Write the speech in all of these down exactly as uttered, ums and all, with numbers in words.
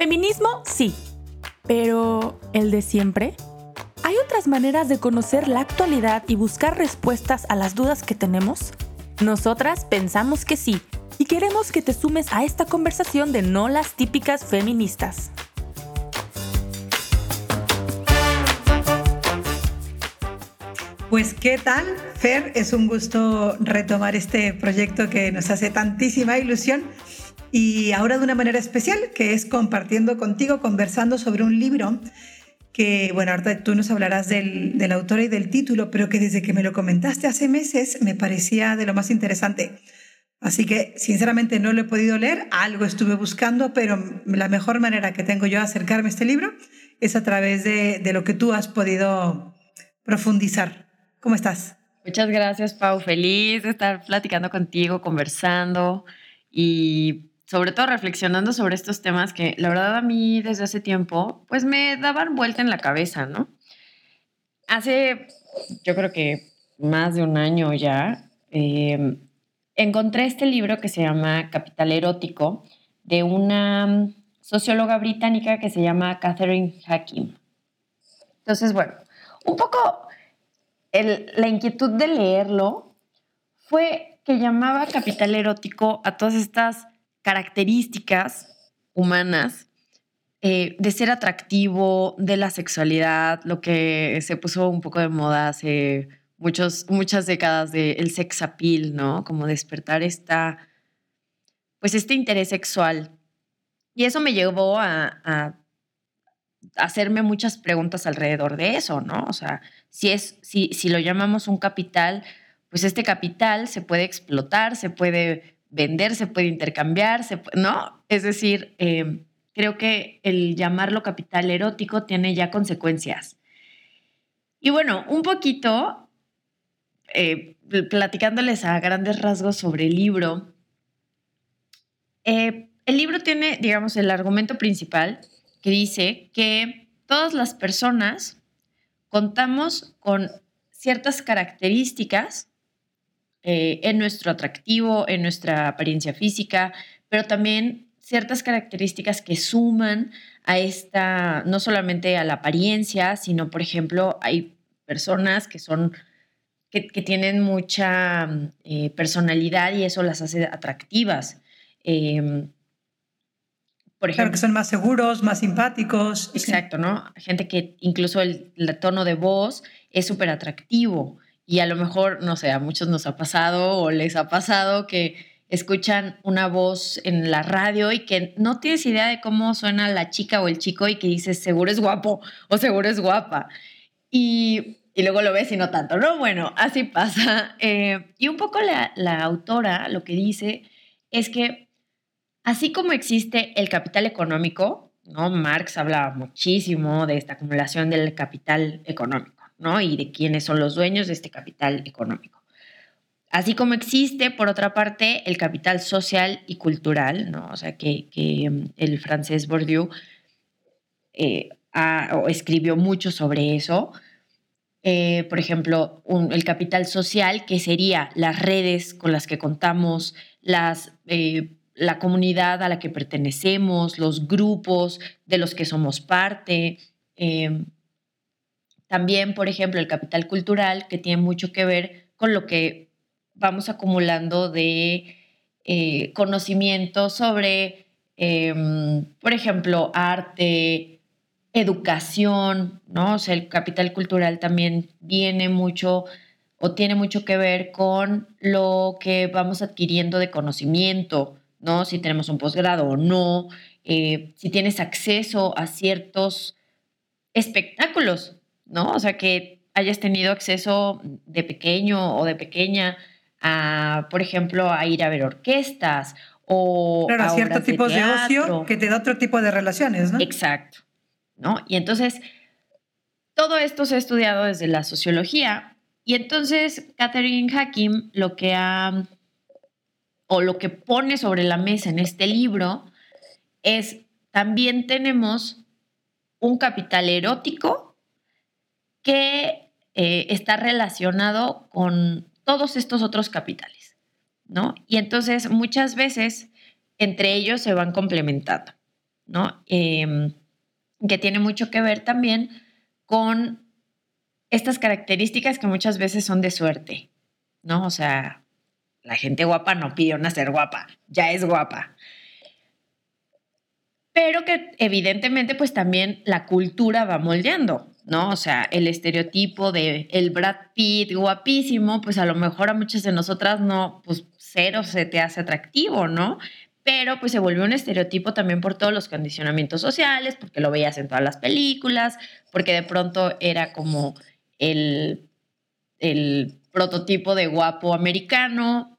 Feminismo, sí. Pero, ¿el de siempre? ¿Hay otras maneras de conocer la actualidad y buscar respuestas a las dudas que tenemos? Nosotras pensamos que sí, y queremos que te sumes a esta conversación de no las típicas feministas. Pues, ¿qué tal, Fer? Es un gusto retomar este proyecto que nos hace tantísima ilusión y ahora de una manera especial, que es compartiendo contigo, conversando sobre un libro que, bueno, ahorita tú nos hablarás del, del autor y del título, pero que desde que me lo comentaste hace meses me parecía de lo más interesante. Así que, sinceramente, no lo he podido leer, algo estuve buscando, pero la mejor manera que tengo yo de acercarme a este libro es a través de, de lo que tú has podido profundizar. ¿Cómo estás? Muchas gracias, Pau. Feliz de estar platicando contigo, conversando y sobre todo reflexionando sobre estos temas que la verdad a mí desde hace tiempo pues me daban vuelta en la cabeza, ¿no? Hace yo creo que más de un año ya eh, encontré este libro que se llama Capital Erótico de una socióloga británica que se llama Catherine Hacking. Entonces, bueno, un poco el, la inquietud de leerlo fue que llamaba capital erótico a todas estas características humanas eh, de ser atractivo, de la sexualidad, lo que se puso un poco de moda hace muchos, muchas décadas del sex appeal, ¿no? Como despertar esta, pues este interés sexual. Y eso me llevó a, a hacerme muchas preguntas alrededor de eso, ¿no? O sea, si, es, si, si lo llamamos un capital, pues este capital se puede explotar, se puede vender, se puede intercambiar, se puede, ¿no? Es decir, eh, creo que el llamarlo capital erótico tiene ya consecuencias. Y bueno, un poquito, eh, platicándoles a grandes rasgos sobre el libro, eh, el libro tiene, digamos, el argumento principal que dice que todas las personas contamos con ciertas características eh, en nuestro atractivo, en nuestra apariencia física, pero también ciertas características que suman a esta, no solamente a la apariencia, sino, por ejemplo, hay personas que son, que, que tienen mucha eh, personalidad y eso las hace atractivas. Eh, Por ejemplo, claro, que son más seguros, más simpáticos. Exacto, sí. ¿No? Gente que incluso el, el tono de voz es súper atractivo y a lo mejor, no sé, a muchos nos ha pasado o les ha pasado que escuchan una voz en la radio y que no tienes idea de cómo suena la chica o el chico y que dices seguro es guapo o seguro es guapa. Y, y luego lo ves y no tanto, ¿no? Bueno, así pasa. Eh, y un poco la, la autora lo que dice es que así como existe el capital económico, ¿no? Marx hablaba muchísimo de esta acumulación del capital económico, ¿no? Y de quiénes son los dueños de este capital económico. Así como existe, por otra parte, el capital social y cultural, ¿no? O sea, que, que el francés Bourdieu eh, ha, o escribió mucho sobre eso. Eh, por ejemplo, un, el capital social, que sería las redes con las que contamos, las... Eh, la comunidad a la que pertenecemos, los grupos de los que somos parte. Eh, también, por ejemplo, el capital cultural, que tiene mucho que ver con lo que vamos acumulando de eh, conocimiento sobre, eh, por ejemplo, arte, educación, ¿no? O sea, el capital cultural también viene mucho o tiene mucho que ver con lo que vamos adquiriendo de conocimiento, ¿no? Si tenemos un posgrado o no, eh, si tienes acceso a ciertos espectáculos, ¿no? O sea, que hayas tenido acceso de pequeño o de pequeña a, por ejemplo, a ir a ver orquestas o claro, a ciertos tipos de, de ocio que te da otro tipo de relaciones, ¿no? Exacto, ¿no? Y entonces, todo esto se ha estudiado desde la sociología y entonces Catherine Hacking lo que ha o lo que pone sobre la mesa en este libro es también tenemos un capital erótico que eh, está relacionado con todos estos otros capitales, ¿no? Y entonces muchas veces entre ellos se van complementando, ¿no? Eh, que tiene mucho que ver también con estas características que muchas veces son de suerte, ¿no? O sea, la gente guapa no pidió nacer guapa, ya es guapa. Pero que evidentemente pues también la cultura va moldeando, ¿no? O sea, el estereotipo de el Brad Pitt guapísimo, pues a lo mejor a muchas de nosotras no, pues cero se te hace atractivo, ¿no? Pero pues se volvió un estereotipo también por todos los condicionamientos sociales, porque lo veías en todas las películas, porque de pronto era como el, el prototipo de guapo americano,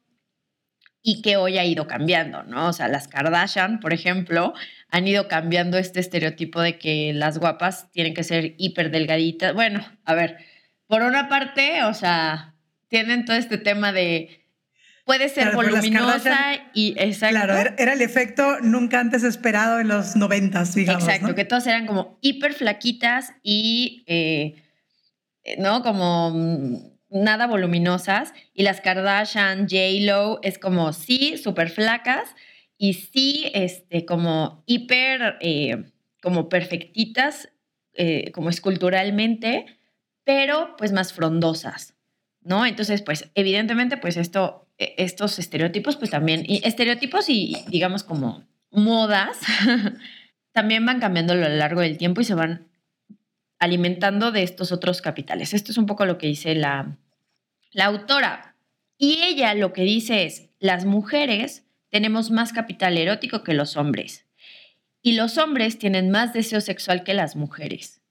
y que hoy ha ido cambiando, ¿no? O sea, las Kardashian, por ejemplo, han ido cambiando este estereotipo de que las guapas tienen que ser hiper delgaditas. Bueno, a ver, por una parte, o sea, tienen todo este tema de puede ser Claro, pues las voluminosa Kardashian, y exacto. claro, era, era el efecto nunca antes esperado en los noventas, digamos, Exacto, ¿no? que todas eran como hiper flaquitas y, eh, ¿no? Como mm, nada voluminosas. Y las Kardashian, J-Lo, es como sí, súper flacas y sí, este, como hiper, eh, como perfectitas, eh, como esculturalmente, pero pues más frondosas, ¿no? Entonces, pues evidentemente, pues esto, eh, estos estereotipos, pues también, y estereotipos y digamos como modas, también van cambiando a lo largo del tiempo y se van alimentando de estos otros capitales. Esto es un poco lo que dice la, la autora. Y ella lo que dice es, las mujeres tenemos más capital erótico que los hombres. Y los hombres tienen más deseo sexual que las mujeres.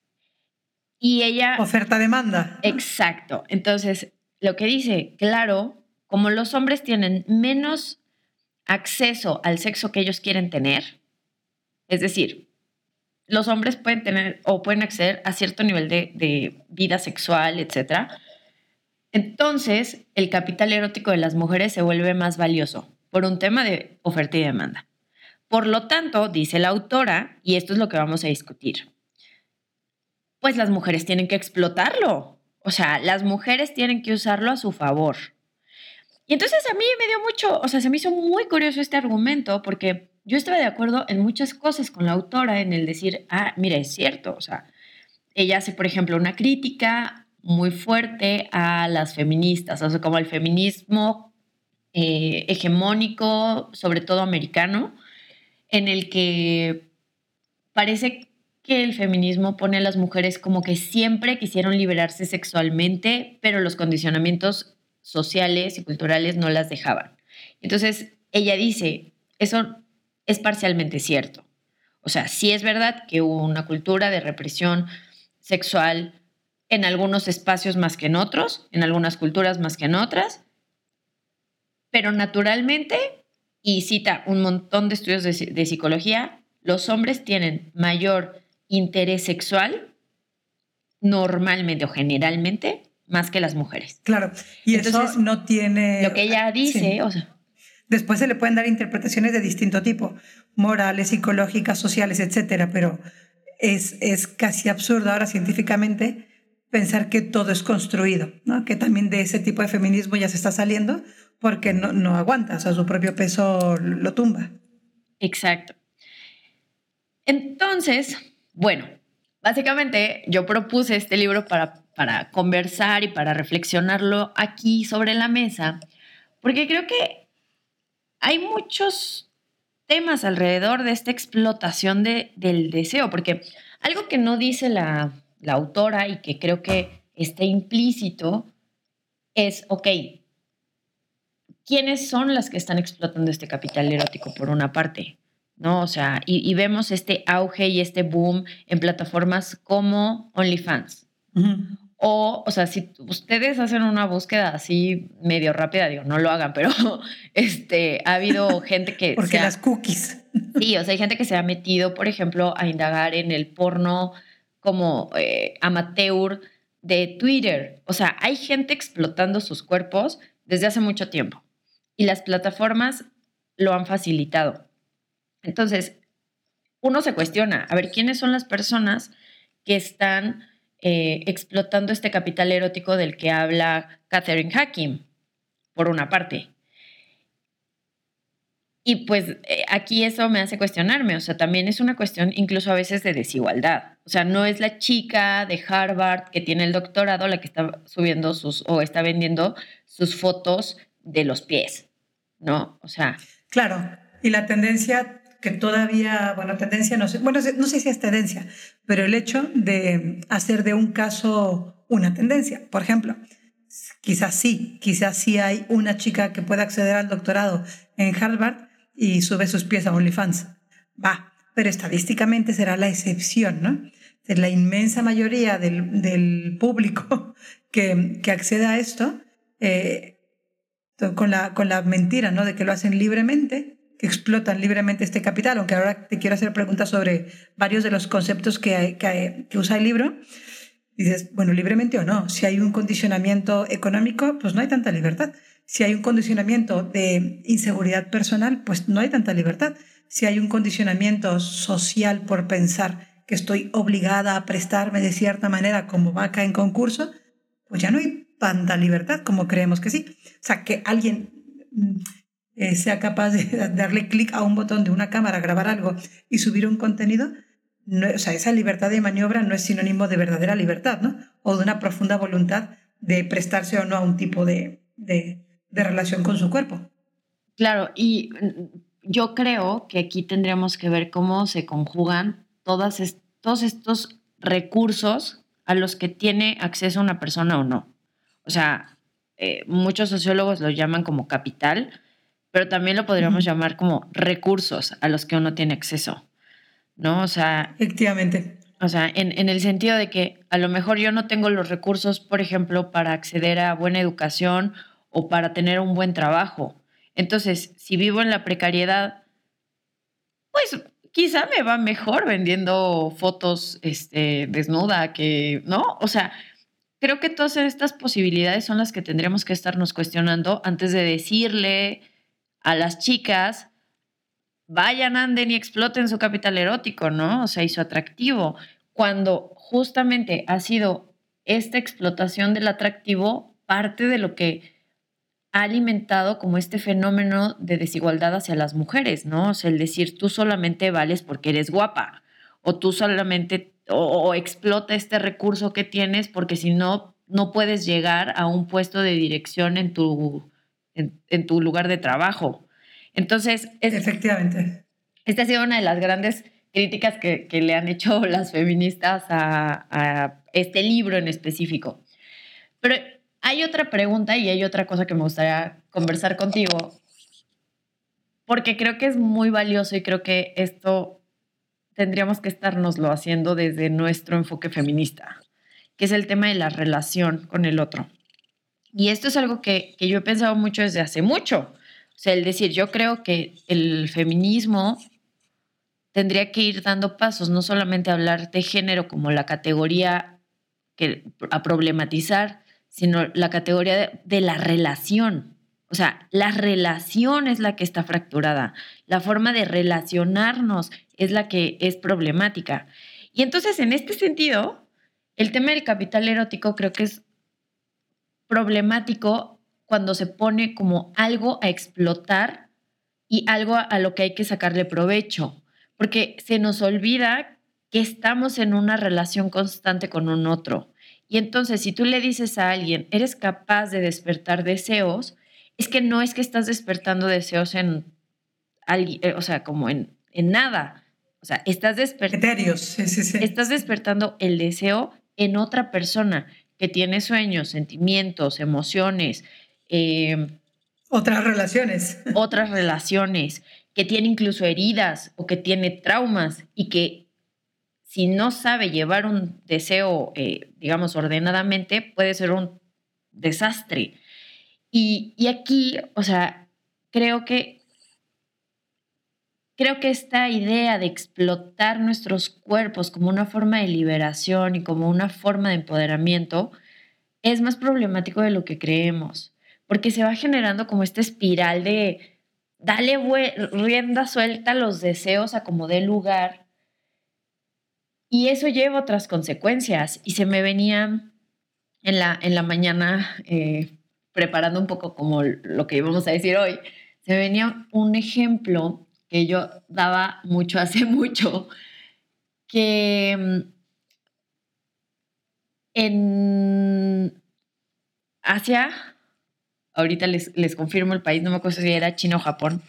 Y ella... Oferta-demanda. Exacto. Entonces, lo que dice, claro, como los hombres tienen menos acceso al sexo que ellos quieren tener, es decir, los hombres pueden tener o pueden acceder a cierto nivel de, de vida sexual, etcétera. Entonces, el capital erótico de las mujeres se vuelve más valioso por un tema de oferta y demanda. Por lo tanto, dice la autora, y esto es lo que vamos a discutir, pues las mujeres tienen que explotarlo. O sea, las mujeres tienen que usarlo a su favor. Y entonces a mí me dio mucho, o sea, se me hizo muy curioso este argumento porque yo estaba de acuerdo en muchas cosas con la autora en el decir, ah, mira, es cierto, o sea, ella hace, por ejemplo, una crítica muy fuerte a las feministas, o sea, como el feminismo eh, hegemónico, sobre todo americano, en el que parece que el feminismo pone a las mujeres como que siempre quisieron liberarse sexualmente, pero los condicionamientos sociales y culturales no las dejaban. Entonces, ella dice, eso es parcialmente cierto. O sea, sí es verdad que hubo una cultura de represión sexual en algunos espacios más que en otros, en algunas culturas más que en otras, pero naturalmente, y cita un montón de estudios de, de psicología, los hombres tienen mayor interés sexual normalmente o generalmente más que las mujeres. Claro, y entonces, eso no tiene... Lo que ella dice, sí. o sea... Después se le pueden dar interpretaciones de distinto tipo, morales, psicológicas, sociales, etcétera, pero es, es casi absurdo ahora científicamente pensar que todo es construido, ¿no? Que también de ese tipo de feminismo ya se está saliendo porque no, no aguanta, o sea, su propio peso lo tumba. Exacto. Entonces, bueno, básicamente yo propuse este libro para, para conversar y para reflexionarlo aquí sobre la mesa, porque creo que hay muchos temas alrededor de esta explotación de, del deseo, porque algo que no dice la, la autora y que creo que está implícito es, ok, ¿quiénes son las que están explotando este capital erótico por una parte? ¿No? O sea, y, y vemos este auge y este boom en plataformas como OnlyFans. Uh-huh. O, o sea, si ustedes hacen una búsqueda así medio rápida, digo, no lo hagan, pero este, ha habido gente que... Porque se ha, las cookies. Sí, o sea, hay gente que se ha metido, por ejemplo, a indagar en el porno como eh, amateur de Twitter. O sea, hay gente explotando sus cuerpos desde hace mucho tiempo y las plataformas lo han facilitado. Entonces, uno se cuestiona, a ver, ¿quiénes son las personas que están eh, explotando este capital erótico del que habla Catherine Hacking, por una parte? Y pues eh, aquí eso me hace cuestionarme, o sea, también es una cuestión incluso a veces de desigualdad. O sea, no es la chica de Harvard que tiene el doctorado la que está subiendo sus o está vendiendo sus fotos de los pies, ¿no? O sea... Claro, y la tendencia que todavía, bueno, tendencia no sé, bueno, no sé si es tendencia, pero el hecho de hacer de un caso una tendencia, por ejemplo, quizás sí, quizás sí hay una chica que pueda acceder al doctorado en Harvard y sube sus pies a OnlyFans. Va, pero estadísticamente será la excepción, ¿no? La inmensa mayoría del, del público que, que accede a esto, eh, con, la, con la mentira, ¿no? De que lo hacen libremente, que explotan libremente este capital, aunque ahora te quiero hacer preguntas sobre varios de los conceptos que, que, que usa el libro. Dices, bueno, libremente o no, si hay un condicionamiento económico, pues no hay tanta libertad. Si hay un condicionamiento de inseguridad personal, pues no hay tanta libertad. Si hay un condicionamiento social por pensar que estoy obligada a prestarme de cierta manera como vaca en concurso, pues ya no hay tanta libertad como creemos que sí. O sea, que alguien eh, sea capaz de darle clic a un botón de una cámara, grabar algo y subir un contenido, no, o sea, esa libertad de maniobra no es sinónimo de verdadera libertad, ¿no? O de una profunda voluntad de prestarse o no a un tipo de, de, de relación con su cuerpo. Claro, y yo creo que aquí tendríamos que ver cómo se conjugan todas est- todos estos recursos a los que tiene acceso una persona o no. O sea, eh, muchos sociólogos lo llaman como capital, pero también lo podríamos uh-huh. llamar como recursos a los que uno tiene acceso, ¿no? O sea... Efectivamente. O sea, en, en el sentido de que a lo mejor yo no tengo los recursos, por ejemplo, para acceder a buena educación o para tener un buen trabajo. Entonces, si vivo en la precariedad, pues quizá me va mejor vendiendo fotos este, desnuda que, ¿no? O sea, creo que todas estas posibilidades son las que tendremos que estarnos cuestionando antes de decirle a las chicas, vayan, anden y exploten su capital erótico, ¿no? O sea, y su atractivo, cuando justamente ha sido esta explotación del atractivo parte de lo que ha alimentado como este fenómeno de desigualdad hacia las mujeres, ¿no? O sea, el decir tú solamente vales porque eres guapa o tú solamente o, o explota este recurso que tienes porque si no, no puedes llegar a un puesto de dirección en tu, en, en tu lugar de trabajo. Entonces, es, efectivamente. Esta ha sido una de las grandes críticas que, que le han hecho las feministas a, a este libro en específico. Pero hay otra pregunta y hay otra cosa que me gustaría conversar contigo, porque creo que es muy valioso y creo que esto tendríamos que estarnoslo haciendo desde nuestro enfoque feminista, que es el tema de la relación con el otro. Y esto es algo que, que yo he pensado mucho desde hace mucho. O sea, el decir, yo creo que el feminismo tendría que ir dando pasos, no solamente hablar de género como la categoría que, a problematizar, sino la categoría de, de la relación. O sea, la relación es la que está fracturada, la forma de relacionarnos es la que es problemática. Y entonces, en este sentido, el tema del capital erótico creo que es problemático cuando se pone como algo a explotar y algo a lo que hay que sacarle provecho, porque se nos olvida que estamos en una relación constante con un otro. Y entonces, si tú le dices a alguien, eres capaz de despertar deseos, es que no es que estás despertando deseos en alguien, o sea, como en, en nada. O sea, estás, desper- sí, sí, sí. estás despertando el deseo en otra persona que tiene sueños, sentimientos, emociones, eh, otras relaciones. Otras relaciones, que tiene incluso heridas o que tiene traumas y que si no sabe llevar un deseo, eh, digamos, ordenadamente, puede ser un desastre. Y, y aquí, o sea, creo que, creo que esta idea de explotar nuestros cuerpos como una forma de liberación y como una forma de empoderamiento es más problemático de lo que creemos, porque se va generando como esta espiral de dale rienda suelta a los deseos a como dé lugar. Y eso lleva otras consecuencias. Y se me venía en la, en la mañana, eh, preparando un poco como lo que íbamos a decir hoy, se venía un ejemplo que yo daba mucho hace mucho, que en Asia, ahorita les, les confirmo el país, no me acuerdo si era China o Japón,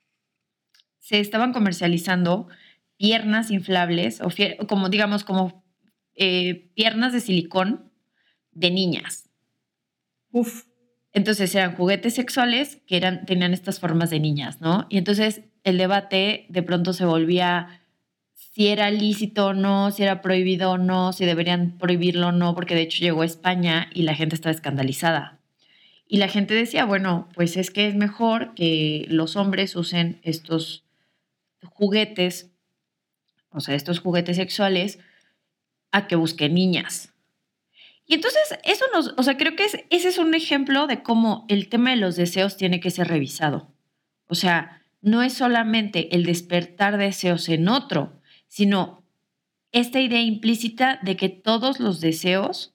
se estaban comercializando piernas inflables, o fie- como digamos, como eh, piernas de silicón de niñas. Uf. Entonces eran juguetes sexuales que eran, tenían estas formas de niñas, ¿no? Y entonces el debate de pronto se volvía si era lícito o no, si era prohibido o no, si deberían prohibirlo o no, porque de hecho llegó a España y la gente estaba escandalizada. Y la gente decía, bueno, pues es que es mejor que los hombres usen estos juguetes, o sea, estos juguetes sexuales, a que busquen niñas. Y entonces eso nos, o sea, creo que es, ese es un ejemplo de cómo el tema de los deseos tiene que ser revisado. O sea, no es solamente el despertar deseos en otro, sino esta idea implícita de que todos los deseos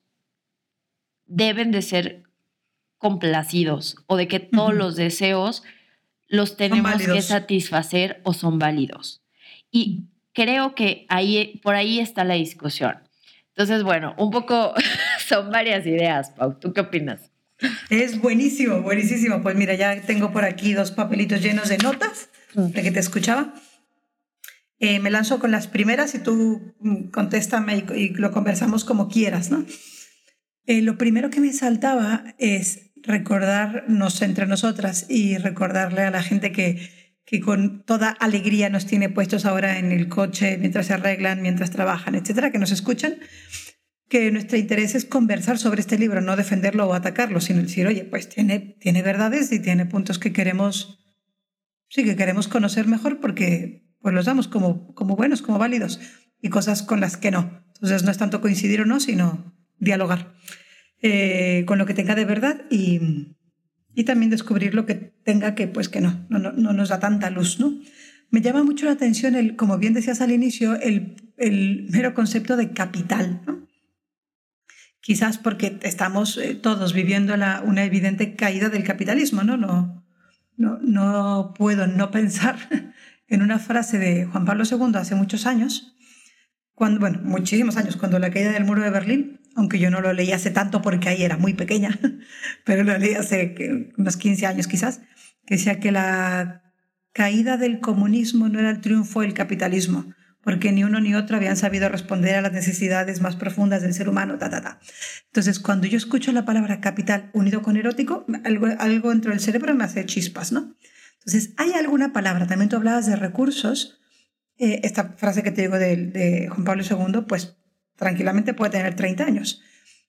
deben de ser complacidos o de que todos Uh-huh. los deseos los tenemos que satisfacer o son válidos. Y creo que ahí, por ahí está la discusión. Entonces, bueno, un poco son varias ideas, Pau. ¿Tú qué opinas? Es buenísimo, buenísimo. Pues mira, ya tengo por aquí dos papelitos llenos de notas de que te escuchaba. Eh, me lanzo con las primeras y tú contéstame y, y lo conversamos como quieras, ¿no? Eh, lo primero que me saltaba es recordarnos entre nosotras y recordarle a la gente que, que con toda alegría nos tiene puestos ahora en el coche, mientras se arreglan, mientras trabajan, etcétera, que nos escuchan, que nuestro interés es conversar sobre este libro, no defenderlo o atacarlo, sino decir, oye, pues tiene, tiene verdades y tiene puntos que queremos, sí, que queremos conocer mejor porque pues los damos como, como buenos, como válidos, y cosas con las que no. Entonces no es tanto coincidir o no, sino dialogar eh, con lo que tenga de verdad y, y también descubrir lo que tenga que, pues que no, no, no, no nos da tanta luz, ¿no? Me llama mucho la atención, el, como bien decías al inicio, el, el mero concepto de capital, ¿no? Quizás porque estamos eh, todos viviendo la, una evidente caída del capitalismo, ¿no? No, no, no puedo no pensar en una frase de Juan Pablo segundo hace muchos años, cuando, bueno, muchísimos años, cuando la caída del muro de Berlín, aunque yo no lo leí hace tanto porque ahí era muy pequeña, pero lo leí hace unos quince años quizás, que decía que la caída del comunismo no era el triunfo del capitalismo, porque ni uno ni otro habían sabido responder a las necesidades más profundas del ser humano. Ta, ta, ta. Entonces, cuando yo escucho la palabra capital unido con erótico, algo, algo dentro del cerebro me hace chispas, ¿no? Entonces, ¿hay alguna palabra? También tú hablabas de recursos. Eh, esta frase que te digo de, de Juan Pablo segundo, pues tranquilamente puede tener treinta años.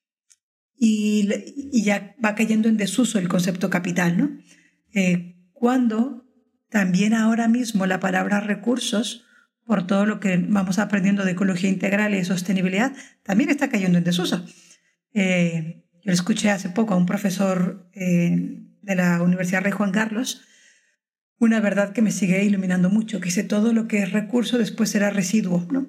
Y, y ya va cayendo en desuso el concepto capital, ¿no? Eh, cuando también ahora mismo la palabra recursos, por todo lo que vamos aprendiendo de ecología integral y de sostenibilidad, también está cayendo en desuso. Eh, yo escuché hace poco a un profesor eh, de la Universidad Rey Juan Carlos, una verdad que me sigue iluminando mucho, que dice todo lo que es recurso después será residuo, ¿no?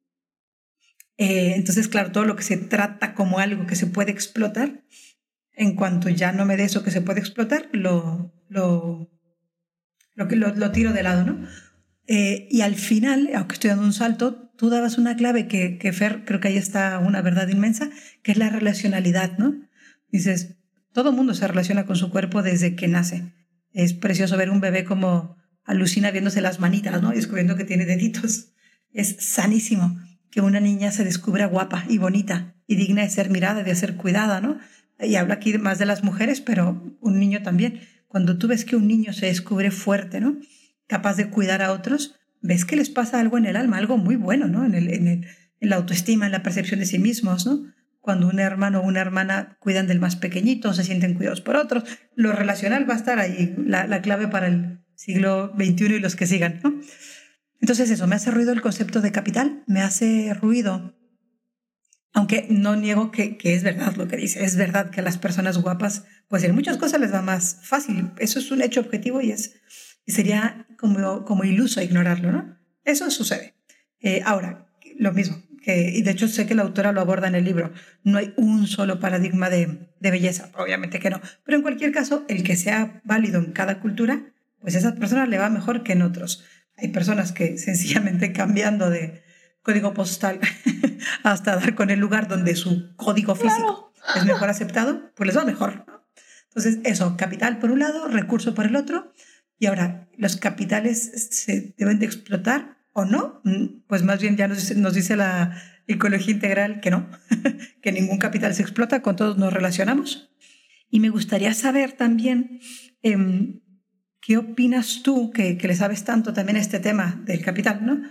Eh, entonces, claro, todo lo que se trata como algo que se puede explotar, en cuanto ya no me dé eso que se puede explotar, lo, lo, lo, lo, lo tiro de lado, ¿no? Eh, y al final, aunque estoy dando un salto, tú dabas una clave que, que Fer, creo que ahí está una verdad inmensa, que es la relacionalidad, ¿no? Dices, todo el mundo se relaciona con su cuerpo desde que nace. Es precioso ver un bebé como alucina viéndose las manitas, ¿no? Y descubriendo que tiene deditos. Es sanísimo que una niña se descubra guapa y bonita y digna de ser mirada, de ser cuidada, ¿no? Y hablo aquí más de las mujeres, pero un niño también. Cuando tú ves que un niño se descubre fuerte, ¿no? Capaz de cuidar a otros, ves que les pasa algo en el alma, algo muy bueno, ¿no? En, el, en, el, en la autoestima, en la percepción de sí mismos, ¿no? Cuando un hermano o una hermana cuidan del más pequeñito, se sienten cuidados por otros, lo relacional va a estar ahí, la, la clave para el siglo veintiuno y los que sigan, ¿no? Entonces eso, me hace ruido el concepto de capital, me hace ruido, aunque no niego que, que es verdad lo que dice, es verdad que a las personas guapas, pues en muchas cosas les va más fácil, eso es un hecho objetivo y, es, y sería como, como iluso ignorarlo, ¿no? Eso sucede. Eh, ahora, lo mismo. Que, y de hecho sé que la autora lo aborda en el libro, no hay un solo paradigma de, de belleza, obviamente que no, pero en cualquier caso, el que sea válido en cada cultura, pues a esa persona le va mejor que en otros. Hay personas que sencillamente cambiando de código postal hasta dar con el lugar donde su código físico claro. es mejor aceptado, pues les va mejor, ¿no? Entonces, eso, capital por un lado, recurso por el otro. Y ahora, ¿los capitales se deben de explotar o no? Pues más bien ya nos dice, nos dice la ecología integral que no, que ningún capital se explota, con todos nos relacionamos. Y me gustaría saber también eh, qué opinas tú, que, que le sabes tanto también a este tema del capital, ¿no?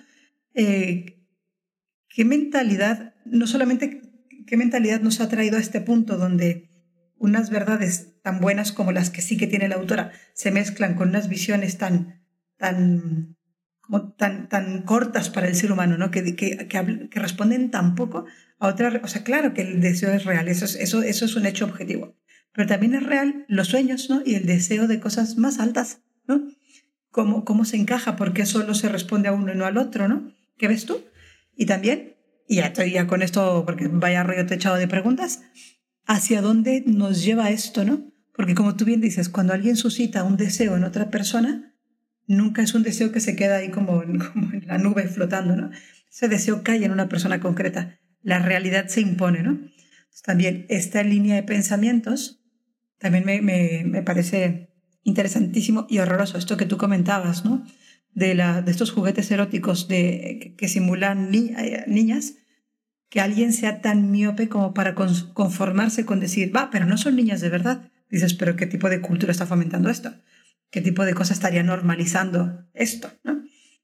Eh, ¿Qué mentalidad, no solamente qué mentalidad nos ha traído a este punto donde unas verdades tan buenas como las que sí que tiene la autora se mezclan con unas visiones tan, tan, como tan, tan cortas para el ser humano, ¿no? que, que, que, que responden tan poco a otra... O sea, claro que el deseo es real, eso es, eso, eso es un hecho objetivo, pero también es real los sueños, ¿no? Y el deseo de cosas más altas, ¿no? ¿Cómo, cómo se encaja? ¿Por qué solo se responde a uno y no al otro, ¿no? ¿Qué ves tú? Y también, y ya estoy ya con esto, porque vaya rollo techado de preguntas, ¿hacia dónde nos lleva esto, no? Porque como tú bien dices, cuando alguien suscita un deseo en otra persona, nunca es un deseo que se queda ahí como, como en la nube flotando, ¿no? Ese deseo cae en una persona concreta. La realidad se impone, ¿no? Entonces, también esta línea de pensamientos también me, me, me parece interesantísimo y horroroso. Esto que tú comentabas, ¿no? De, la, de estos juguetes eróticos de, que, que simulan ni, eh, niñas, que alguien sea tan miope como para conformarse con decir, va, pero no son niñas de verdad. Dices, pero ¿qué tipo de cultura está fomentando esto? ¿Qué tipo de cosa estaría normalizando esto, ¿no?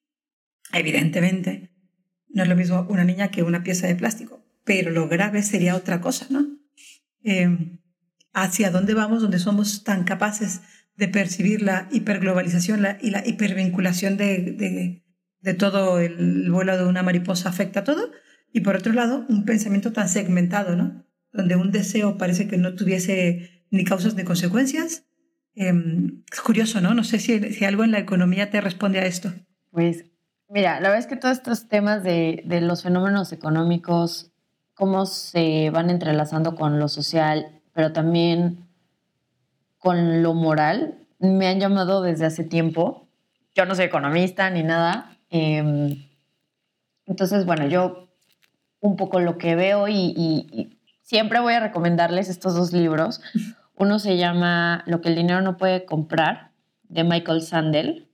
Evidentemente, no es lo mismo una niña que una pieza de plástico, pero lo grave sería otra cosa, ¿no? Eh, ¿Hacia dónde vamos donde somos tan capaces de percibir la hiperglobalización la, y la hipervinculación de, de, de todo el vuelo de una mariposa afecta a todo? Y por otro lado, un pensamiento tan segmentado, ¿no? Donde un deseo parece que no tuviese ni causas ni consecuencias. Eh, es curioso, ¿no? No sé si, si algo en la economía te responde a esto. Pues, mira, la verdad es que todos estos temas de, de los fenómenos económicos, cómo se van entrelazando con lo social, pero también con lo moral, me han llamado desde hace tiempo. Yo no soy economista ni nada. Eh, entonces, bueno, yo un poco lo que veo y, y, y siempre voy a recomendarles estos dos libros. Uno se llama Lo que el dinero no puede comprar, de Michael Sandel,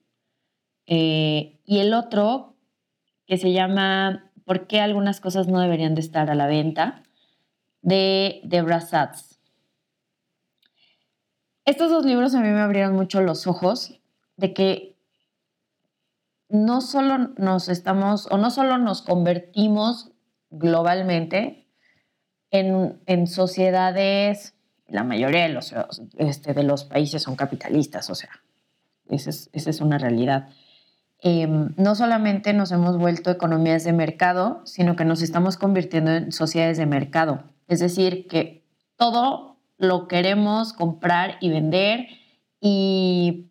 eh, y el otro que se llama ¿Por qué algunas cosas no deberían de estar a la venta?, de Debra Satz. Estos dos libros a mí me abrieron mucho los ojos de que no solo nos estamos, o no solo nos convertimos globalmente en, en sociedades, la mayoría de los, este, de los países son capitalistas, o sea, esa es, esa es una realidad. Eh, no solamente nos hemos vuelto economías de mercado, sino que nos estamos convirtiendo en sociedades de mercado. Es decir, que todo lo queremos comprar y vender y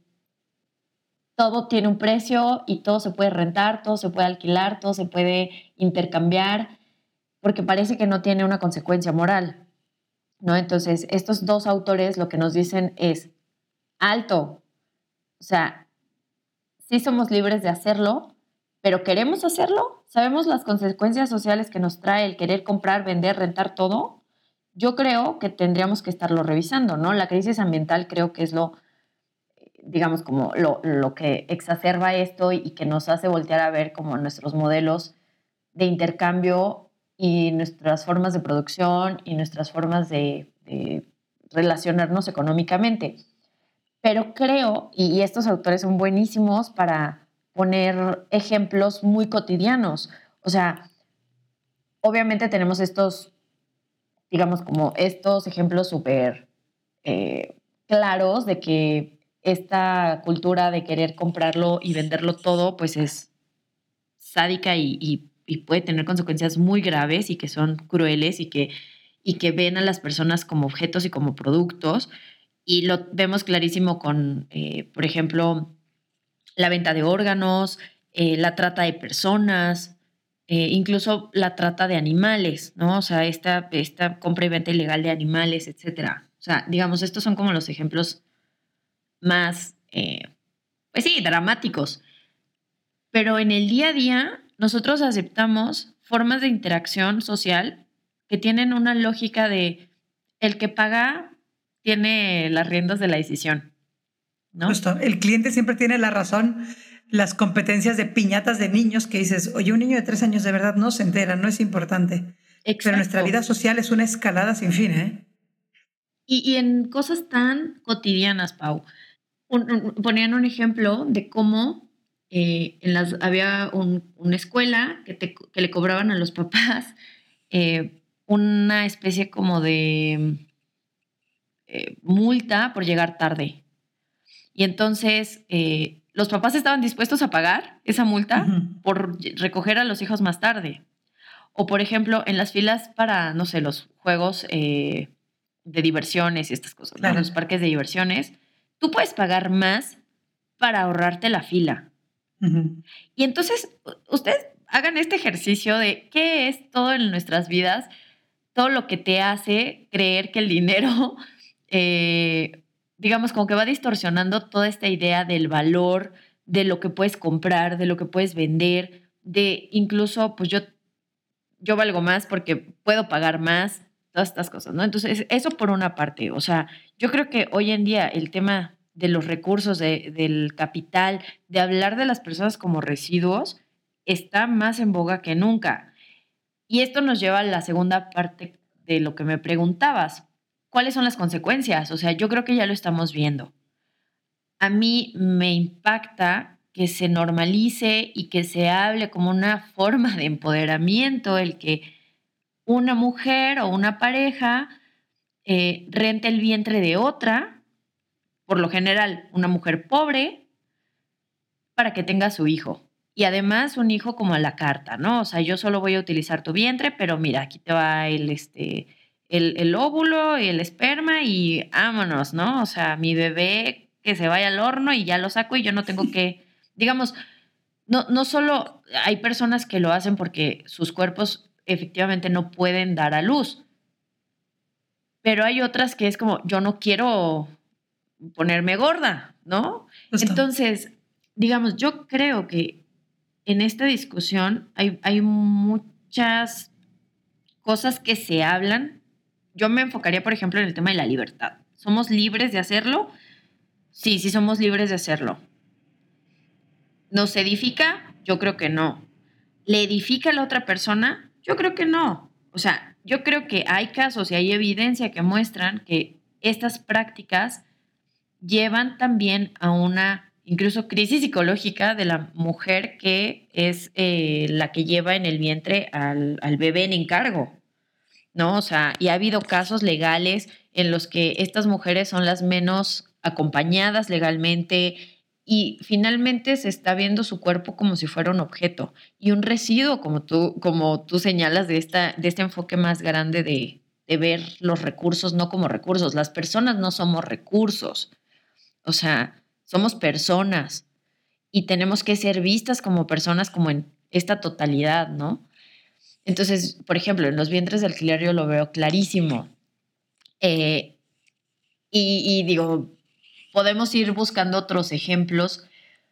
todo tiene un precio y todo se puede rentar, todo se puede alquilar, todo se puede intercambiar, porque parece que no tiene una consecuencia moral, ¿no? Entonces, estos dos autores lo que nos dicen es, alto, o sea, sí somos libres de hacerlo, pero ¿queremos hacerlo? ¿Sabemos las consecuencias sociales que nos trae el querer comprar, vender, rentar todo? Yo creo que tendríamos que estarlo revisando, ¿no? La crisis ambiental creo que es lo, digamos, como lo, lo que exacerba esto y que nos hace voltear a ver como nuestros modelos de intercambio y nuestras formas de producción y nuestras formas de, de relacionarnos económicamente. Pero creo, y estos autores son buenísimos para poner ejemplos muy cotidianos. O sea, obviamente tenemos estos, digamos, como estos ejemplos súper eh, claros de que esta cultura de querer comprarlo y venderlo todo, pues es sádica y, y, y puede tener consecuencias muy graves y que son crueles y que, y que ven a las personas como objetos y como productos. Y lo vemos clarísimo con, eh, por ejemplo, la venta de órganos, eh, la trata de personas, eh, incluso la trata de animales, ¿no? O sea, esta, esta compra y venta ilegal de animales, etcétera. O sea, digamos, estos son como los ejemplos más, eh, pues sí, dramáticos. Pero en el día a día nosotros aceptamos formas de interacción social que tienen una lógica de el que paga tiene las riendas de la decisión, ¿no? Justo, el cliente siempre tiene la razón. Las competencias de piñatas de niños que dices, oye, un niño de tres años de verdad no se entera, no es importante. Exacto. Pero nuestra vida social es una escalada sin fin, ¿eh? Y, y en cosas tan cotidianas, Pau. Un, un, ponían un ejemplo de cómo eh, en las, había un, una escuela que, te, que le cobraban a los papás eh, una especie como de eh, multa por llegar tarde. Y entonces eh, los papás estaban dispuestos a pagar esa multa uh-huh. por recoger a los hijos más tarde. O, por ejemplo, en las filas para, no sé, los juegos eh, de diversiones y estas cosas, claro. ¿no? Los parques de diversiones, tú puedes pagar más para ahorrarte la fila. Uh-huh. Y entonces, ustedes hagan este ejercicio de qué es todo en nuestras vidas, todo lo que te hace creer que el dinero... Eh, digamos, como que va distorsionando toda esta idea del valor, de lo que puedes comprar, de lo que puedes vender, de incluso, pues yo, yo valgo más porque puedo pagar más, todas estas cosas, ¿no? Entonces, eso por una parte. O sea, yo creo que hoy en día el tema de los recursos, de, del capital, de hablar de las personas como residuos, está más en boga que nunca. Y esto nos lleva a la segunda parte de lo que me preguntabas. ¿Cuáles son las consecuencias? O sea, yo creo que ya lo estamos viendo. A mí me impacta que se normalice y que se hable como una forma de empoderamiento el que una mujer o una pareja eh, rente el vientre de otra, por lo general una mujer pobre, para que tenga su hijo. Y además un hijo como a la carta, ¿no? O sea, yo solo voy a utilizar tu vientre, pero mira, aquí te va el... este El, el óvulo y el esperma y vámonos, ¿no? O sea, mi bebé que se vaya al horno y ya lo saco y yo no tengo que, digamos, no, no solo hay personas que lo hacen porque sus cuerpos efectivamente no pueden dar a luz, pero hay otras que es como, yo no quiero ponerme gorda, ¿no? Justo. Entonces, digamos, yo creo que en esta discusión hay, hay muchas cosas que se hablan. Yo me enfocaría, por ejemplo, en el tema de la libertad. ¿Somos libres de hacerlo? Sí, sí somos libres de hacerlo. ¿Nos edifica? Yo creo que no. ¿Le edifica a la otra persona? Yo creo que no. O sea, yo creo que hay casos y hay evidencia que muestran que estas prácticas llevan también a una incluso crisis psicológica de la mujer que es eh, la que lleva en el vientre al, al bebé en encargo. ¿No? O sea, y ha habido casos legales en los que estas mujeres son las menos acompañadas legalmente y finalmente se está viendo su cuerpo como si fuera un objeto y un residuo, como tú, como tú señalas, de, esta, de este enfoque más grande de, de ver los recursos no como recursos. Las personas no somos recursos, o sea, somos personas y tenemos que ser vistas como personas como en esta totalidad, ¿no? Entonces, por ejemplo, en los vientres de alquiler yo lo veo clarísimo. Eh, y, y digo, podemos ir buscando otros ejemplos.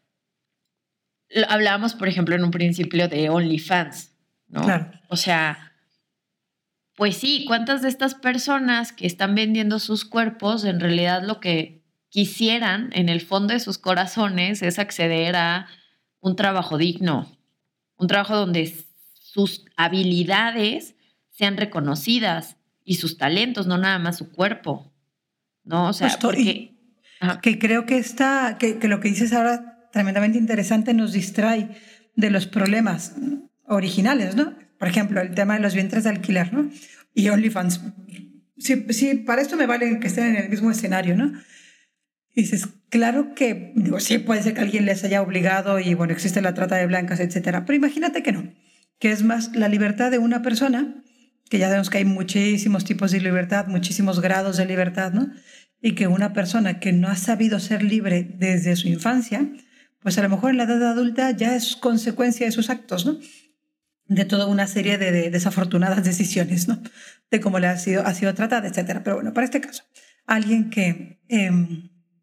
Hablábamos, por ejemplo, en un principio de OnlyFans, ¿no? Claro. O sea, pues sí, ¿cuántas de estas personas que están vendiendo sus cuerpos en realidad lo que quisieran en el fondo de sus corazones es acceder a un trabajo digno, un trabajo donde sus habilidades sean reconocidas y sus talentos, no nada más su cuerpo, ¿no? O sea, Justo, porque... que creo que, está, que, que lo que dices ahora, tremendamente interesante, nos distrae de los problemas originales, ¿no? Por ejemplo, el tema de los vientres de alquiler, ¿no? Y OnlyFans. Sí, sí, para esto me vale que estén en el mismo escenario, ¿no? Y dices, claro que, digo, sí, puede ser que alguien les haya obligado y, bueno, existe la trata de blancas, etcétera. Pero imagínate que no. Que es más la libertad de una persona, que ya sabemos que hay muchísimos tipos de libertad, muchísimos grados de libertad, ¿no? Y que una persona que no ha sabido ser libre desde su infancia, pues a lo mejor en la edad adulta ya es consecuencia de sus actos, ¿no? De toda una serie de, de desafortunadas decisiones, ¿no? De cómo le ha sido, ha sido tratada, etcétera. Pero bueno, para este caso, alguien que, eh,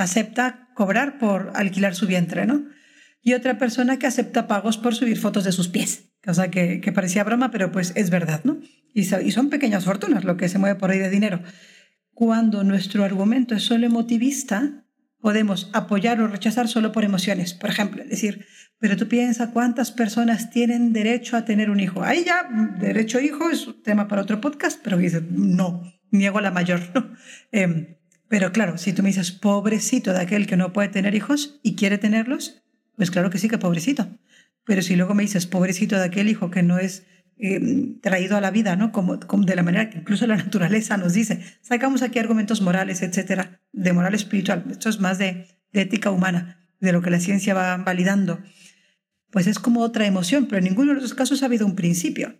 acepta cobrar por alquilar su vientre, ¿no? Y otra persona que acepta pagos por subir fotos de sus pies. O sea, que, que parecía broma, pero pues es verdad, ¿no? Y, y son pequeñas fortunas lo que se mueve por ahí de dinero. Cuando nuestro argumento es solo emotivista, podemos apoyar o rechazar solo por emociones. Por ejemplo, decir, pero tú piensas cuántas personas tienen derecho a tener un hijo. Ahí ya, derecho a hijo es un tema para otro podcast, pero dices, no, niego a la mayor, ¿no? Eh, pero claro, si tú me dices, pobrecito de aquel que no puede tener hijos y quiere tenerlos, pues claro que sí, que pobrecito. Pero si luego me dices, pobrecito de aquel hijo que no es eh, traído a la vida, ¿no? Como, como de la manera que incluso la naturaleza nos dice. Sacamos aquí argumentos morales, etcétera, de moral espiritual. Esto es más de, de ética humana, de lo que la ciencia va validando. Pues es como otra emoción, pero en ninguno de los casos ha habido un principio.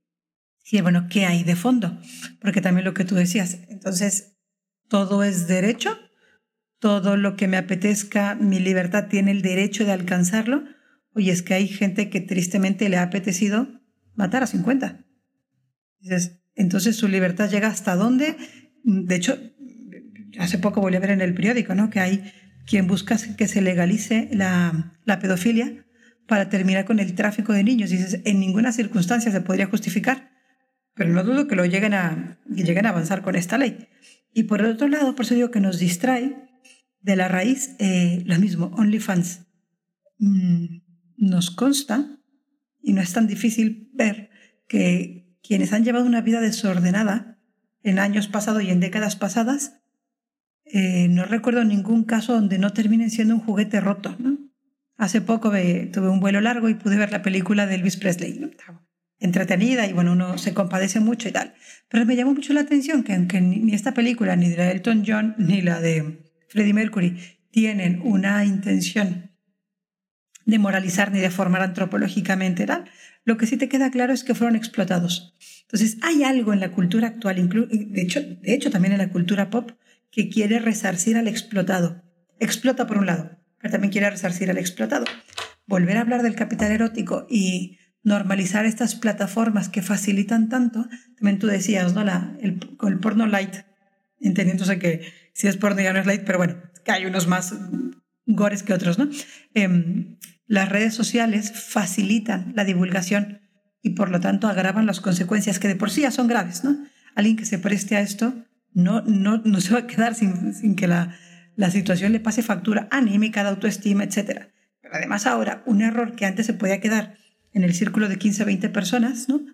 Y bueno, ¿qué hay de fondo? Porque también lo que tú decías, entonces, ¿todo es derecho? ¿Todo lo que me apetezca, mi libertad tiene el derecho de alcanzarlo? Oye, es que hay gente que tristemente le ha apetecido matar a cincuenta. Dices, entonces su libertad llega hasta dónde. De hecho, hace poco volví a ver en el periódico, ¿no? Que hay quien busca que se legalice la, la pedofilia para terminar con el tráfico de niños. Dices, en ninguna circunstancia se podría justificar, pero no dudo que lo lleguen a, que lleguen a avanzar con esta ley. Y por el otro lado, por eso digo que nos distrae de la raíz, eh, lo mismo, OnlyFans. Mm, nos consta, y no es tan difícil ver, que quienes han llevado una vida desordenada en años pasados y en décadas pasadas, eh, no recuerdo ningún caso donde no terminen siendo un juguete roto, ¿no? Hace poco ve, tuve un vuelo largo y pude ver la película de Elvis Presley, ¿no? Entretenida y bueno, uno se compadece mucho y tal. Pero me llamó mucho la atención que aunque ni esta película, ni de la de Elton John, ni la de Freddie Mercury tienen una intención de moralizar ni de formar antropológicamente, tal, lo que sí te queda claro es que fueron explotados. Entonces hay algo en la cultura actual, de hecho, de hecho también en la cultura pop, que quiere resarcir al explotado. Explota por un lado, pero también quiere resarcir al explotado. Volver a hablar del capital erótico y normalizar estas plataformas que facilitan tanto, también tú decías, ¿no? La, el, el porno light, entendiéndose que si es porno ya no es light, pero bueno, que hay unos más gores que otros, ¿no? Eh, las redes sociales facilitan la divulgación y por lo tanto agravan las consecuencias que de por sí ya son graves, ¿no? Alguien que se preste a esto no, no, no se va a quedar sin, sin que la, la situación le pase factura anímica, de autoestima, etcétera. Pero además ahora, un error que antes se podía quedar en el círculo de quince, veinte personas, ¿no?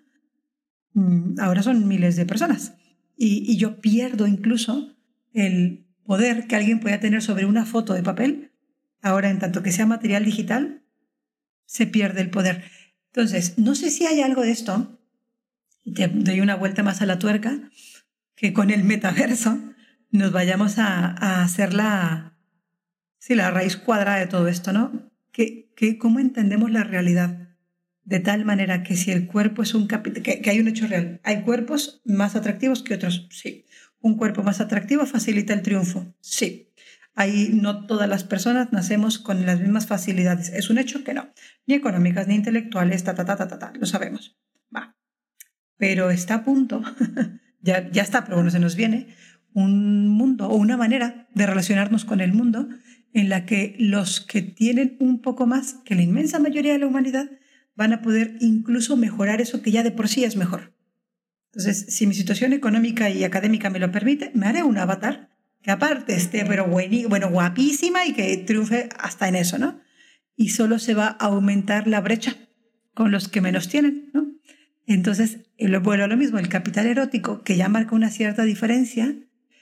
Ahora son miles de personas. Y, y yo pierdo incluso el poder que alguien pueda tener sobre una foto de papel. Ahora, en tanto que sea material digital, se pierde el poder. Entonces, no sé si hay algo de esto, y te doy una vuelta más a la tuerca, que con el metaverso nos vayamos a, a hacer la, sí, la raíz cuadrada de todo esto, ¿no? Que, que, ¿Cómo entendemos la realidad? De tal manera que si el cuerpo es un capital, que, que hay un hecho real, ¿hay cuerpos más atractivos que otros? Sí. ¿Un cuerpo más atractivo facilita el triunfo? Sí. Ahí no todas las personas nacemos con las mismas facilidades. Es un hecho que no. Ni económicas, ni intelectuales, ta, ta, ta, ta, ta, ta. Lo sabemos. Va. Pero está a punto, ya, ya está, pero bueno, se nos viene un mundo o una manera de relacionarnos con el mundo en la que los que tienen un poco más que la inmensa mayoría de la humanidad van a poder incluso mejorar eso que ya de por sí es mejor. Entonces, si mi situación económica y académica me lo permite, me haré un avatar que aparte esté pero buení, bueno, guapísima y que triunfe hasta en eso, ¿no? Y solo se va a aumentar la brecha con los que menos tienen, ¿no? Entonces, vuelvo a lo mismo, el capital erótico, que ya marca una cierta diferencia,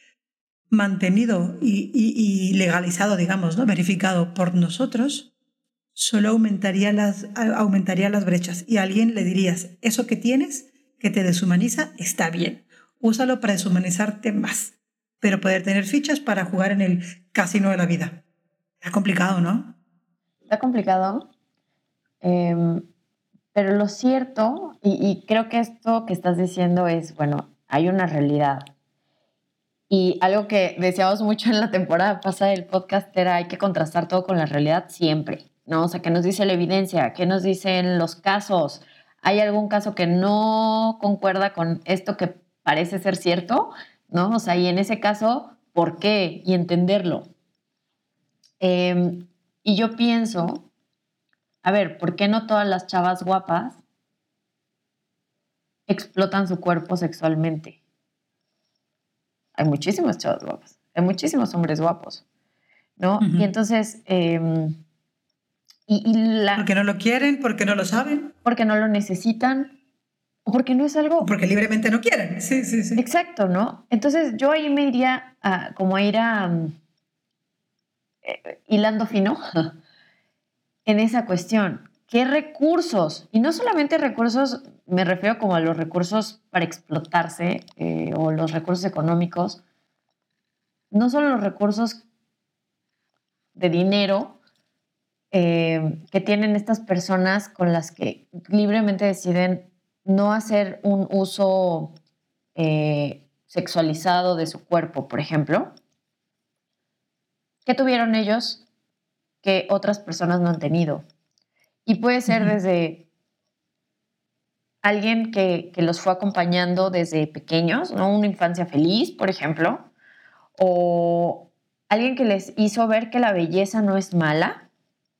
mantenido y, y, y legalizado, digamos, ¿no? Verificado por nosotros, solo aumentaría las, aumentaría las brechas. Y a alguien le dirías, eso que tienes, que te deshumaniza, está bien. Úsalo para deshumanizarte más. Pero poder tener fichas para jugar en el casino de la vida. Está complicado, ¿no? Está complicado. Eh, pero lo cierto, y, y creo que esto que estás diciendo es, bueno, hay una realidad. Y algo que decíamos mucho en la temporada pasada del podcast era hay que contrastar todo con la realidad siempre, ¿no? O sea, ¿qué nos dice la evidencia? ¿Qué nos dicen los casos? ¿Hay algún caso que no concuerda con esto que parece ser cierto? ¿No? O sea, y en ese caso, ¿por qué? Y entenderlo. Eh, y yo pienso, a ver, ¿por qué no todas las chavas guapas explotan su cuerpo sexualmente? Hay muchísimas chavas guapas, hay muchísimos hombres guapos, ¿no? Uh-huh. Y entonces... Eh, y, y la, porque no lo quieren, porque no lo saben. Porque no lo necesitan, o porque no es algo... O porque libremente no quieren, sí, sí, sí. Exacto, ¿no? Entonces yo ahí me iría a, como a ir a... Um, eh, hilando fino en esa cuestión. ¿Qué recursos? Y no solamente recursos, me refiero como a los recursos para explotarse eh, o los recursos económicos, no solo los recursos de dinero eh, que tienen estas personas con las que libremente deciden no hacer un uso eh, sexualizado de su cuerpo, por ejemplo. ¿Qué tuvieron ellos que otras personas no han tenido? Y puede ser uh-huh. desde alguien que, que los fue acompañando desde pequeños, ¿no? Una infancia feliz, por ejemplo, o alguien que les hizo ver que la belleza no es mala,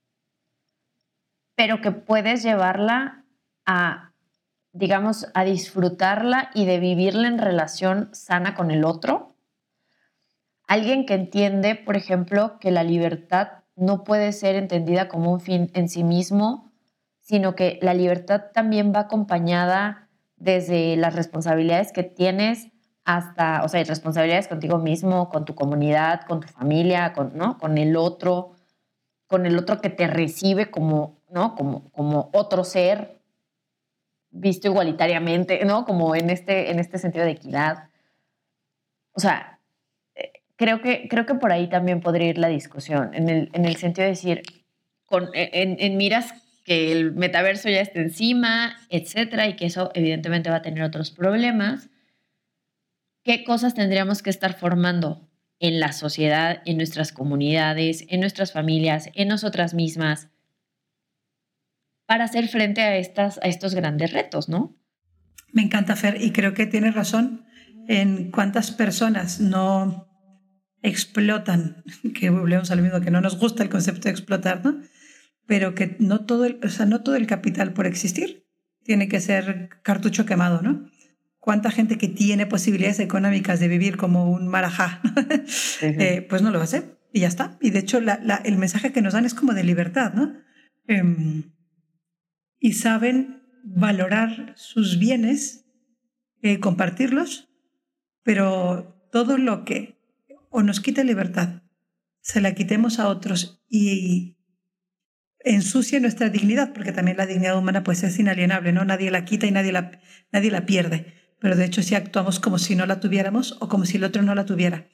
pero que puedes llevarla a, digamos, a disfrutarla y de vivirla en relación sana con el otro. Alguien que entiende, por ejemplo, que la libertad no puede ser entendida como un fin en sí mismo, sino que la libertad también va acompañada desde las responsabilidades que tienes hasta, o sea, responsabilidades contigo mismo, con tu comunidad, con tu familia, con, ¿no? con el otro, con el otro que te recibe como, ¿no? como, como otro ser visto igualitariamente, ¿no? Como en este, en este sentido de equidad. O sea, creo que, creo que por ahí también podría ir la discusión, en el, en el sentido de decir, con, en, en miras que el metaverso ya está encima, etcétera, y que eso evidentemente va a tener otros problemas. ¿Qué cosas tendríamos que estar formando en la sociedad, en nuestras comunidades, en nuestras familias, en nosotras mismas, para hacer frente a, estas, a estos grandes retos, ¿no? Me encanta, Fer, y creo que tienes razón en cuántas personas no explotan, que volvemos a lo mismo, que no nos gusta el concepto de explotar, ¿no? Pero que no todo el, o sea, no todo el capital por existir tiene que ser cartucho quemado, ¿no? ¿Cuánta gente que tiene posibilidades económicas de vivir como un marajá, uh-huh. eh, pues no lo va a hacer y ya está? Y de hecho la, la, el mensaje que nos dan es como de libertad, ¿no? Eh, y saben valorar sus bienes, eh, compartirlos, pero todo lo que o nos quite libertad, se la quitemos a otros y ensucie nuestra dignidad, porque también la dignidad humana pues es inalienable, ¿no? Nadie la quita y nadie la, nadie la pierde, pero de hecho sí actuamos como si no la tuviéramos o como si el otro no la tuviera.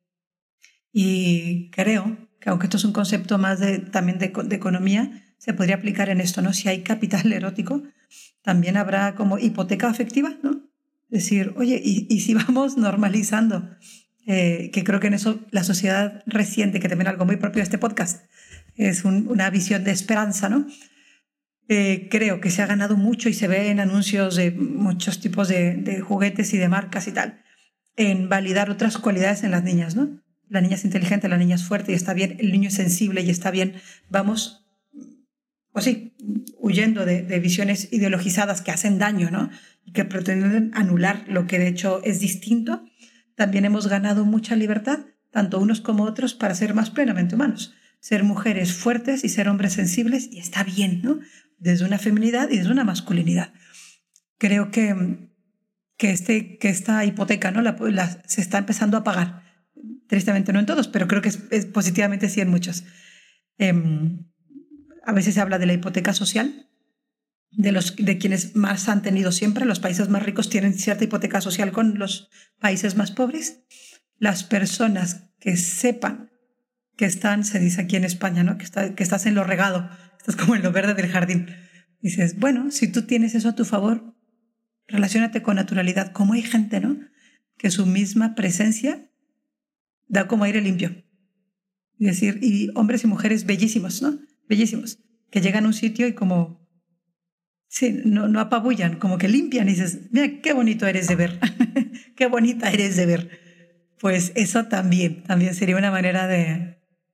Y creo que aunque esto es un concepto más de, también de, de economía, se podría aplicar en esto, ¿no? Si hay capital erótico, también habrá como hipoteca afectiva, ¿no? Es decir, oye, y, y si vamos normalizando, eh, que creo que en eso la sociedad reciente, que también es algo muy propio de este podcast, es un, una visión de esperanza, ¿no? Eh, creo que se ha ganado mucho y se ve en anuncios de muchos tipos de, de juguetes y de marcas y tal, en validar otras cualidades en las niñas, ¿no? La niña es inteligente, la niña es fuerte y está bien, el niño es sensible y está bien. Vamos, pues sí, huyendo de, de visiones ideologizadas que hacen daño, ¿no? Y que pretenden anular lo que de hecho es distinto. También hemos ganado mucha libertad, tanto unos como otros, para ser más plenamente humanos. Ser mujeres fuertes y ser hombres sensibles, y está bien, ¿no? Desde una feminidad y desde una masculinidad. Creo que, que, este, que esta hipoteca, ¿no? la, la, se está empezando a pagar. Tristemente no en todos, pero creo que es, es positivamente sí en muchos. Eh, a veces se habla de la hipoteca social, de, los, de quienes más han tenido siempre. Los países más ricos tienen cierta hipoteca social con los países más pobres. Las personas que sepan que están, se dice aquí en España, ¿no? que, está, que estás en lo regado, estás como en lo verde del jardín. Dices, bueno, si tú tienes eso a tu favor, relaciónate con naturalidad. Como hay gente, ¿no? Que su misma presencia da como aire limpio. Es decir, y hombres y mujeres bellísimos, ¿no? Bellísimos, que llegan a un sitio y como, sí, no, no apabullan, como que limpian y dices, mira, qué bonito eres de ver, qué bonita eres de ver. Pues eso también, también sería una manera de,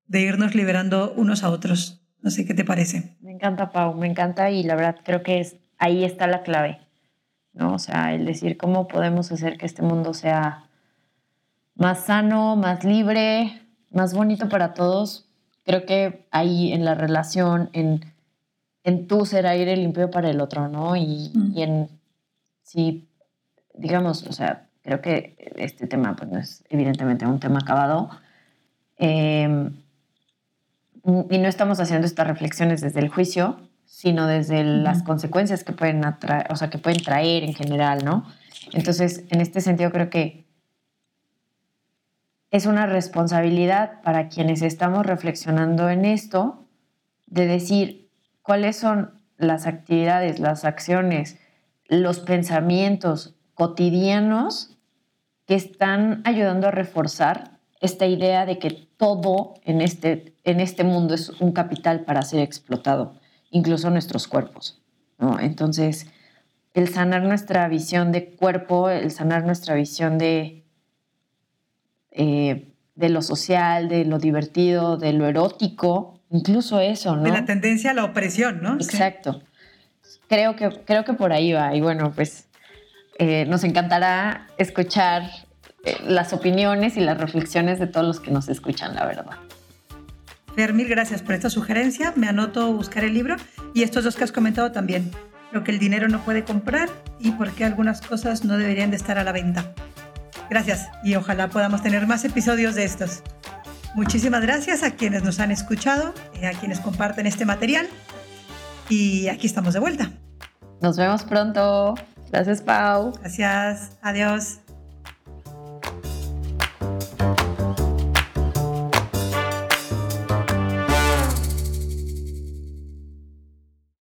de irnos liberando unos a otros. No sé qué te parece. Me encanta, Pau, me encanta y la verdad creo que es, ahí está la clave, ¿no? O sea, el decir cómo podemos hacer que este mundo sea más sano, más libre, más bonito para todos. Creo que ahí en la relación, en, en tú ser aire limpio para el otro, ¿no? Y, mm. y en, sí, digamos, o sea, creo que este tema pues no es evidentemente un tema acabado. Eh, y no estamos haciendo estas reflexiones desde el juicio, sino desde uh-huh. las consecuencias que pueden atraer, o sea, que pueden traer en general, ¿no? Entonces, en este sentido creo que es una responsabilidad para quienes estamos reflexionando en esto de decir cuáles son las actividades, las acciones, los pensamientos cotidianos que están ayudando a reforzar esta idea de que todo en este, en este mundo es un capital para ser explotado, incluso nuestros cuerpos, ¿no? Entonces, el sanar nuestra visión de cuerpo, el sanar nuestra visión de Eh, de lo social, de lo divertido, de lo erótico, incluso eso, ¿no? De la tendencia a la opresión, ¿no? Exacto. Sí. Creo que, creo que por ahí va. Y bueno, pues eh, nos encantará escuchar eh, las opiniones y las reflexiones de todos los que nos escuchan, la verdad. Fer, mil gracias por esta sugerencia. Me anoto buscar el libro y estos dos que has comentado también. Lo que el dinero no puede comprar y por qué algunas cosas no deberían de estar a la venta. Gracias y ojalá podamos tener más episodios de estos. Muchísimas gracias a quienes nos han escuchado, a quienes comparten este material y aquí estamos de vuelta. Nos vemos pronto. Gracias, Pau. Gracias. Adiós.